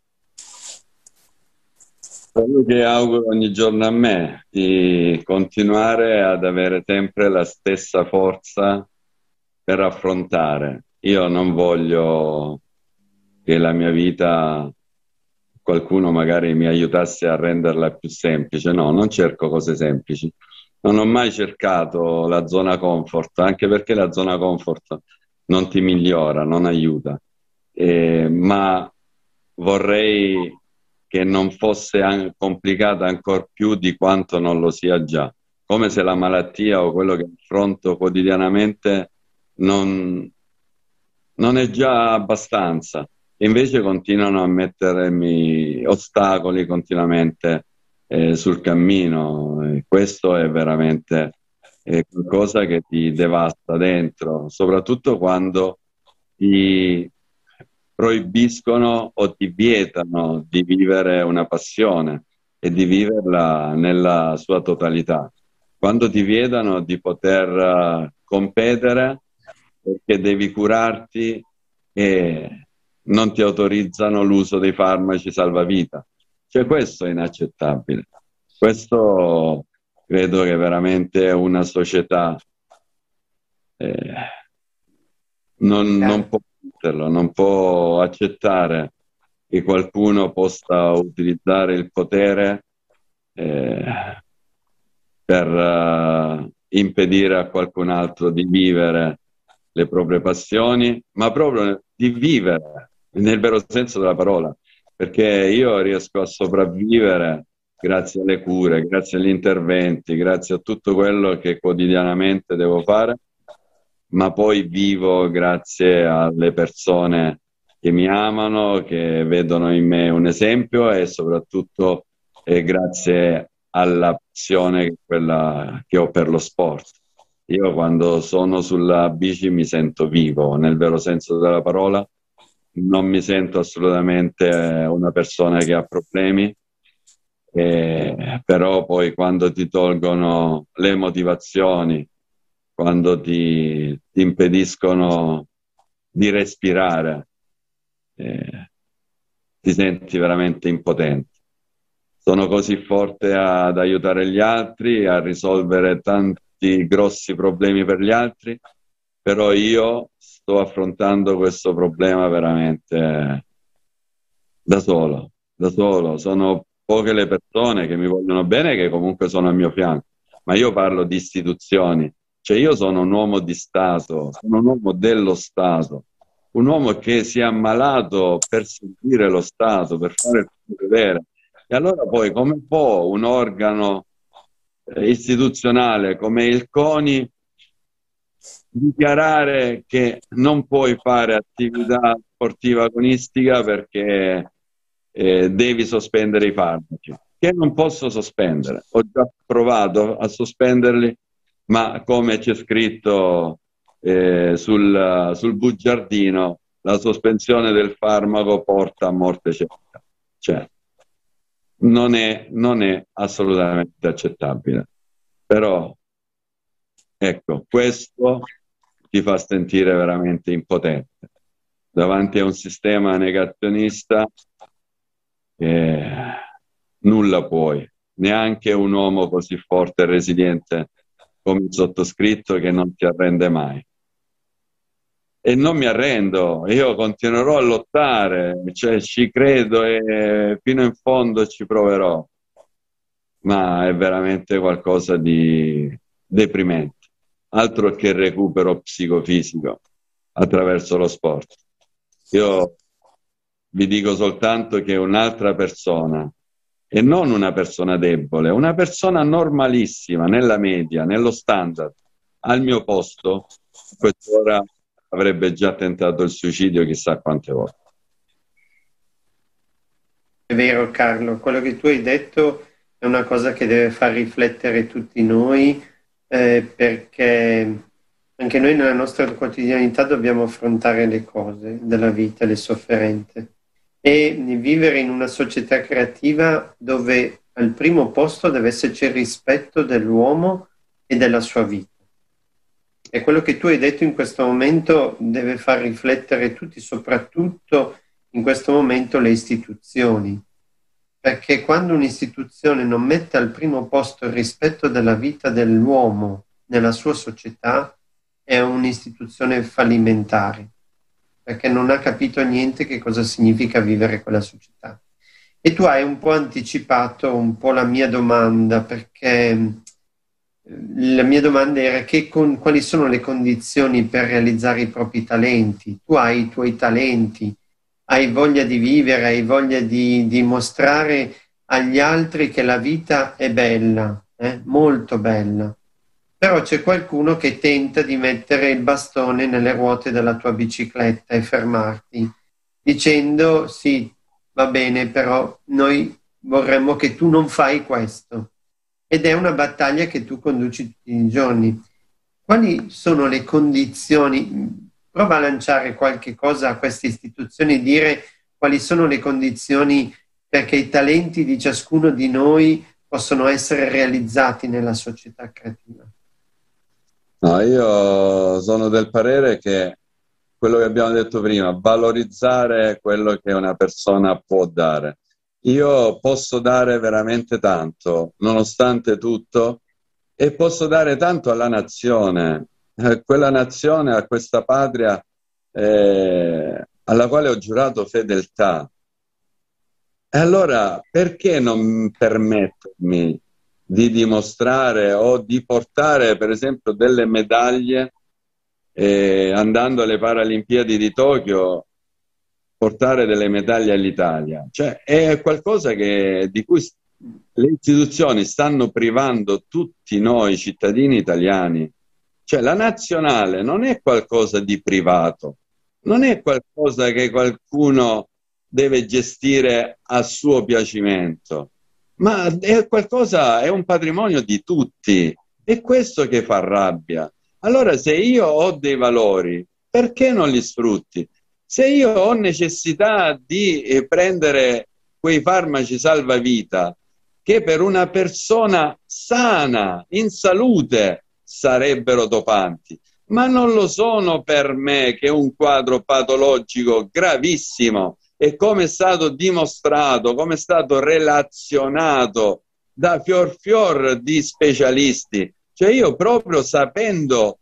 Quello che auguro ogni giorno a me, di continuare ad avere sempre la stessa forza per affrontare. Io non voglio che la mia vita qualcuno magari mi aiutasse a renderla più semplice. No, non cerco cose semplici. Non ho mai cercato la zona comfort, anche perché la zona comfort non ti migliora, non aiuta. Ma vorrei che non fosse complicata ancora più di quanto non lo sia già. Come se la malattia o quello che affronto quotidianamente non è già abbastanza. Invece continuano a mettermi ostacoli continuamente sul cammino. E questo è veramente qualcosa che ti devasta dentro, soprattutto quando ti proibiscono o ti vietano di vivere una passione e di viverla nella sua totalità. Quando ti vietano di poter competere perché devi curarti e non ti autorizzano l'uso dei farmaci salvavita. Cioè, questo è inaccettabile. Questo credo che veramente una società non può metterlo, non può accettare che qualcuno possa utilizzare il potere per impedire a qualcun altro di vivere le proprie passioni, ma proprio di vivere nel vero senso della parola, perché io riesco a sopravvivere grazie alle cure, grazie agli interventi, grazie a tutto quello che quotidianamente devo fare, ma poi vivo grazie alle persone che mi amano, che vedono in me un esempio e soprattutto grazie alla passione quella che ho per lo sport. Io quando sono sulla bici mi sento vivo, nel vero senso della parola, non mi sento assolutamente una persona che ha problemi, però poi quando ti tolgono le motivazioni, quando ti impediscono di respirare, ti senti veramente impotente. Sono così forte ad aiutare gli altri, a risolvere tanti grossi problemi per gli altri, però io sto affrontando questo problema veramente da solo, da solo. Sono poche le persone che mi vogliono bene e che comunque sono al mio fianco, ma io parlo di istituzioni. Cioè io sono un uomo di Stato, sono un uomo dello Stato, un uomo che si è ammalato per servire lo Stato, per fare il suo dovere. E allora poi come può un organo istituzionale come il CONI dichiarare che non puoi fare attività sportiva agonistica perché devi sospendere i farmaci? Che non posso sospendere. Ho già provato a sospenderli, ma come c'è scritto sul bugiardino, la sospensione del farmaco porta a morte certa. Cioè, non è assolutamente accettabile. Però, ecco, questo ti fa sentire veramente impotente davanti a un sistema negazionista. Nulla puoi, neanche un uomo così forte e resiliente come il sottoscritto che non ti arrende mai. E non mi arrendo, io continuerò a lottare, cioè ci credo e fino in fondo ci proverò, ma è veramente qualcosa di deprimente, altro che recupero psicofisico attraverso lo sport. Io vi dico soltanto che un'altra persona, e non una persona debole, una persona normalissima, nella media, nello standard, al mio posto, a quest'ora avrebbe già tentato il suicidio chissà quante volte. È vero, Carlo, quello che tu hai detto è una cosa che deve far riflettere tutti noi, perché anche noi nella nostra quotidianità dobbiamo affrontare le cose della vita, le sofferenze, e vivere in una società creativa dove al primo posto deve esserci il rispetto dell'uomo e della sua vita. E quello che tu hai detto in questo momento deve far riflettere tutti, soprattutto in questo momento le istituzioni. Perché quando un'istituzione non mette al primo posto il rispetto della vita dell'uomo nella sua società, è un'istituzione fallimentare, perché non ha capito niente che cosa significa vivere quella società. E tu hai un po' anticipato un po' la mia domanda, perché la mia domanda era quali sono le condizioni per realizzare i propri talenti. Tu hai i tuoi talenti, hai voglia di vivere, hai voglia di dimostrare agli altri che la vita è bella, molto bella. Però c'è qualcuno che tenta di mettere il bastone nelle ruote della tua bicicletta e fermarti, dicendo sì, va bene, però noi vorremmo che tu non fai questo. Ed è una battaglia che tu conduci tutti i giorni. Quali sono le condizioni? prova a lanciare qualche cosa a queste istituzioni, dire quali sono le condizioni perché i talenti di ciascuno di noi possono essere realizzati nella società creativa. No, io sono del parere che quello che abbiamo detto prima, valorizzare quello che una persona può dare. Io posso dare veramente tanto, nonostante tutto, e posso dare tanto alla nazione, quella nazione, a questa patria alla quale ho giurato fedeltà. E allora perché non permettermi di dimostrare o di portare, per esempio, delle medaglie andando alle Paralimpiadi di Tokyo, portare delle medaglie all'Italia? Cioè, è qualcosa di cui le istituzioni stanno privando tutti noi cittadini italiani. Cioè, la nazionale non è qualcosa di privato, non è qualcosa che qualcuno deve gestire a suo piacimento, ma è qualcosa, è un patrimonio di tutti. È questo che fa rabbia. Allora, se io ho dei valori, perché non li sfrutti? Se io ho necessità di prendere quei farmaci salvavita che per una persona sana, in salute, sarebbero dopanti, ma non lo sono per me, che è un quadro patologico gravissimo, e come è stato dimostrato, come è stato relazionato da fior di specialisti. Cioè, io, proprio sapendo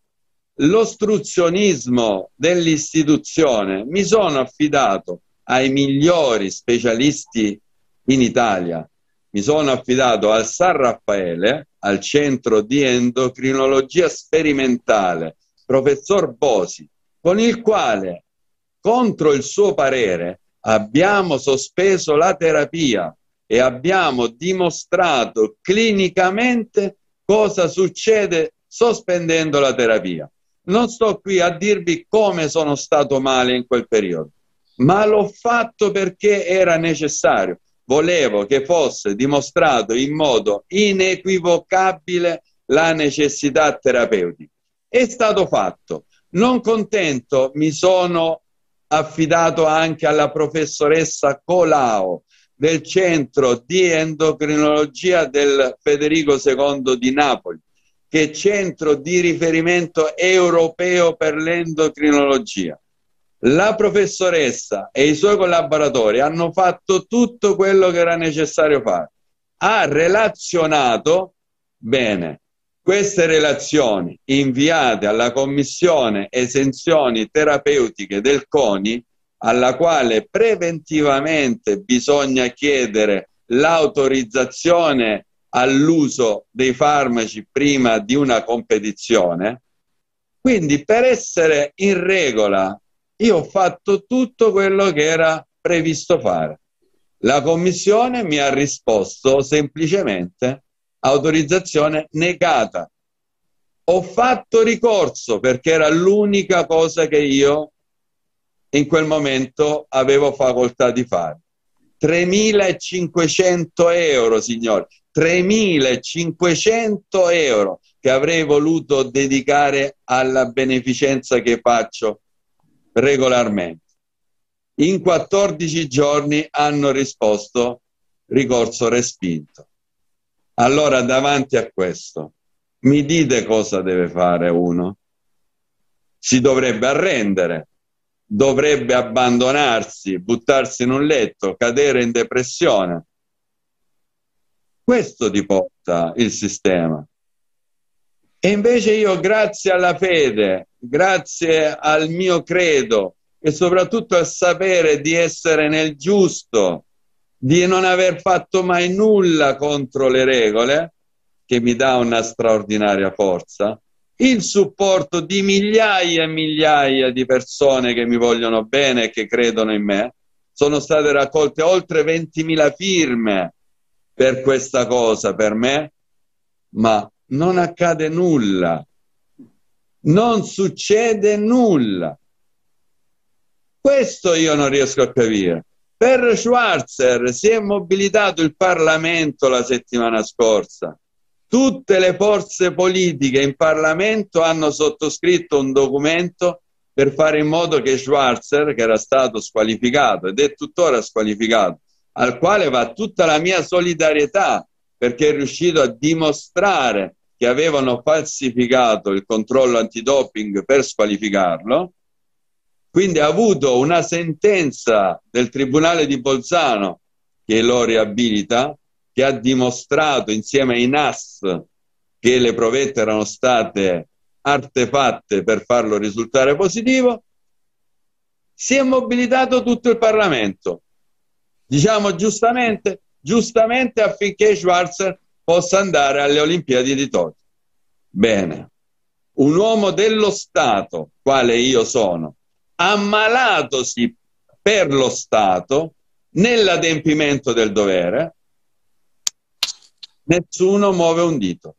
l'ostruzionismo dell'istituzione, mi sono affidato ai migliori specialisti in Italia. Mi sono affidato al San Raffaele, al centro di endocrinologia sperimentale, professor Bosi, con il quale, contro il suo parere, abbiamo sospeso la terapia e abbiamo dimostrato clinicamente cosa succede sospendendo la terapia. Non sto qui a dirvi come sono stato male in quel periodo, ma l'ho fatto perché era necessario. Volevo che fosse dimostrato in modo inequivocabile la necessità terapeutica. È stato fatto. Non contento, mi sono affidato anche alla professoressa Colao del centro di endocrinologia del Federico II di Napoli, che è centro di riferimento europeo per l'endocrinologia. La professoressa e i suoi collaboratori hanno fatto tutto quello che era necessario fare. Ha relazionato bene. Queste relazioni inviate alla Commissione Esenzioni Terapeutiche del CONI, alla quale preventivamente bisogna chiedere l'autorizzazione all'uso dei farmaci prima di una competizione. Quindi, per essere in regola, io ho fatto tutto quello che era previsto fare. La Commissione mi ha risposto semplicemente autorizzazione negata. Ho fatto ricorso perché era l'unica cosa che io in quel momento avevo facoltà di fare. 3.500 euro, signori, 3.500 euro che avrei voluto dedicare alla beneficenza che faccio regolarmente. In 14 giorni hanno risposto ricorso respinto. Allora, davanti a questo, mi dite cosa deve fare uno? Si dovrebbe arrendere, dovrebbe abbandonarsi, buttarsi in un letto, cadere in depressione. Questo ti porta il sistema. E invece io, grazie alla fede, grazie al mio credo e soprattutto al sapere di essere nel giusto, di non aver fatto mai nulla contro le regole, che mi dà una straordinaria forza, il supporto di migliaia e migliaia di persone che mi vogliono bene e che credono in me. Sono state raccolte oltre 20.000 firme per questa cosa, per me, ma non accade nulla, non succede nulla. Questo io non riesco a capire. Per Schwarzer si è mobilitato il Parlamento la settimana scorsa. Tutte le forze politiche in Parlamento hanno sottoscritto un documento per fare in modo che Schwarzer, che era stato squalificato ed è tuttora squalificato, al quale va tutta la mia solidarietà, perché è riuscito a dimostrare che avevano falsificato il controllo antidoping per squalificarlo, quindi ha avuto una sentenza del Tribunale di Bolzano che lo riabilita, che ha dimostrato insieme ai NAS che le provette erano state artefatte per farlo risultare positivo. Si è mobilitato tutto il Parlamento, diciamo giustamente affinché Schwarzer possa andare alle Olimpiadi di Tokyo. Bene, un uomo dello Stato, quale io sono, ammalatosi per lo Stato nell'adempimento del dovere, nessuno muove un dito.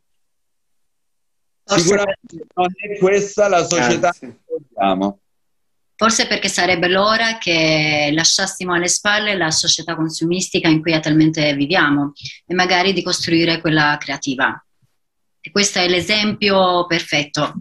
Sicuramente non è questa la società che vogliamo. Forse perché sarebbe l'ora che lasciassimo alle spalle la società consumistica in cui attualmente viviamo e magari di costruire quella creativa. E questo è l'esempio perfetto.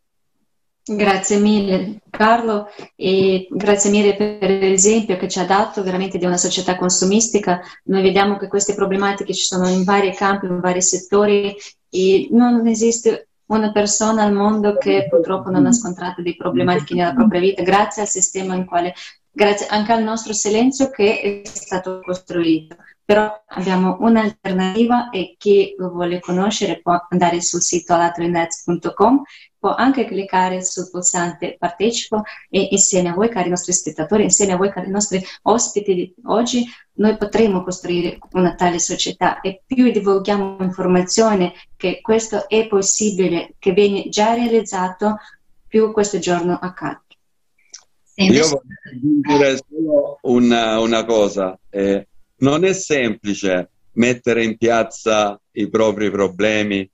Grazie mille Carlo, e grazie mille per l'esempio che ci ha dato veramente di una società consumistica. Noi vediamo che queste problematiche ci sono in vari campi, in vari settori, e non esiste una persona al mondo che purtroppo non ha scontrato dei problematiche nella propria vita, grazie al sistema in quale, grazie anche al nostro silenzio che è stato costruito. Però abbiamo un'alternativa e chi lo vuole conoscere può andare sul sito alatroinets.com, può anche cliccare sul pulsante partecipo e insieme a voi, cari nostri spettatori, insieme a voi, cari nostri ospiti di oggi, noi potremo costruire una tale società, e più divulghiamo informazione che questo è possibile, che viene già realizzato, più questo giorno accade. Io voglio aggiungere solo una cosa. Non è semplice mettere in piazza i propri problemi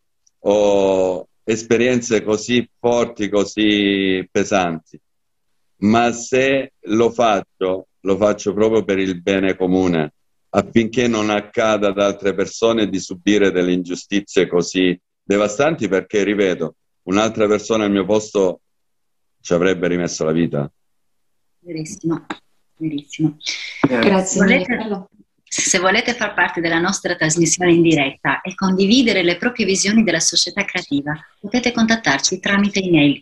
o esperienze così forti, così pesanti, ma se lo faccio proprio per il bene comune, affinché non accada ad altre persone di subire delle ingiustizie così devastanti, perché, ripeto, un'altra persona al mio posto ci avrebbe rimesso la vita. Verissimo, verissimo. Grazie. Se volete far parte della nostra trasmissione in diretta e condividere le proprie visioni della società creativa, potete contattarci tramite email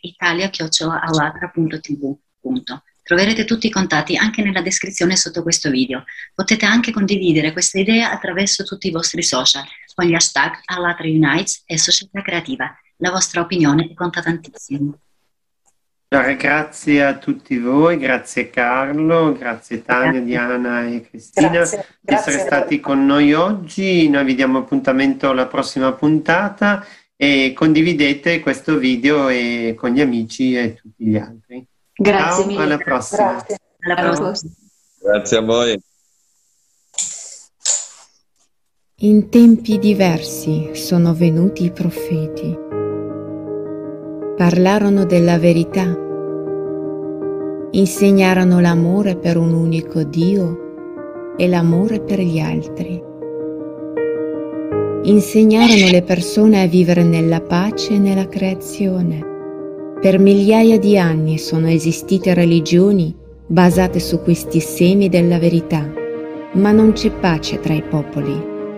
italia@alatra.tv. Troverete tutti i contatti anche nella descrizione sotto questo video. Potete anche condividere questa idea attraverso tutti i vostri social con gli hashtag Alatra Unites e Società Creativa. La vostra opinione conta tantissimo. Allora, grazie a tutti voi, grazie Carlo, grazie Tania, Diana e Cristina di essere stati con noi oggi. Noi vi diamo appuntamento alla prossima puntata e condividete questo video con gli amici e tutti gli altri. Grazie Ciao, mille. alla prossima. Grazie. Alla prossima. Grazie a voi. In tempi diversi sono venuti i profeti. Parlarono della verità. Insegnarono l'amore per un unico Dio e l'amore per gli altri. Insegnarono le persone a vivere nella pace e nella creazione. Per migliaia di anni sono esistite religioni basate su questi semi della verità, ma non c'è pace tra i popoli.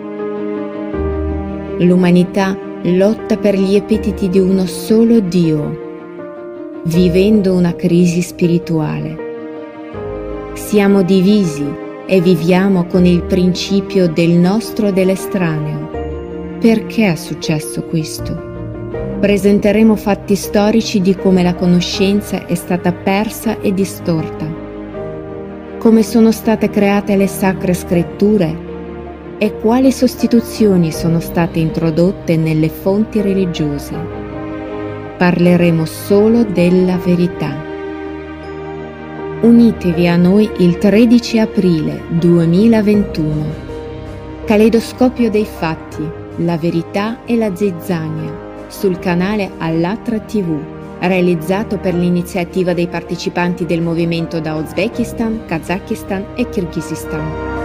L'umanità lotta per gli epiteti di uno solo Dio, vivendo una crisi spirituale. Siamo divisi e viviamo con il principio del nostro e dell'estraneo. Perché è successo questo? Presenteremo fatti storici di come la conoscenza è stata persa e distorta, come sono state create le sacre scritture e quali sostituzioni sono state introdotte nelle fonti religiose. Parleremo solo della verità. Unitevi a noi il 13 aprile 2021. Caleidoscopio dei fatti, la verità e la zizzania sul canale Alatra TV, realizzato per l'iniziativa dei partecipanti del movimento da Uzbekistan, Kazakistan e Kirghizistan.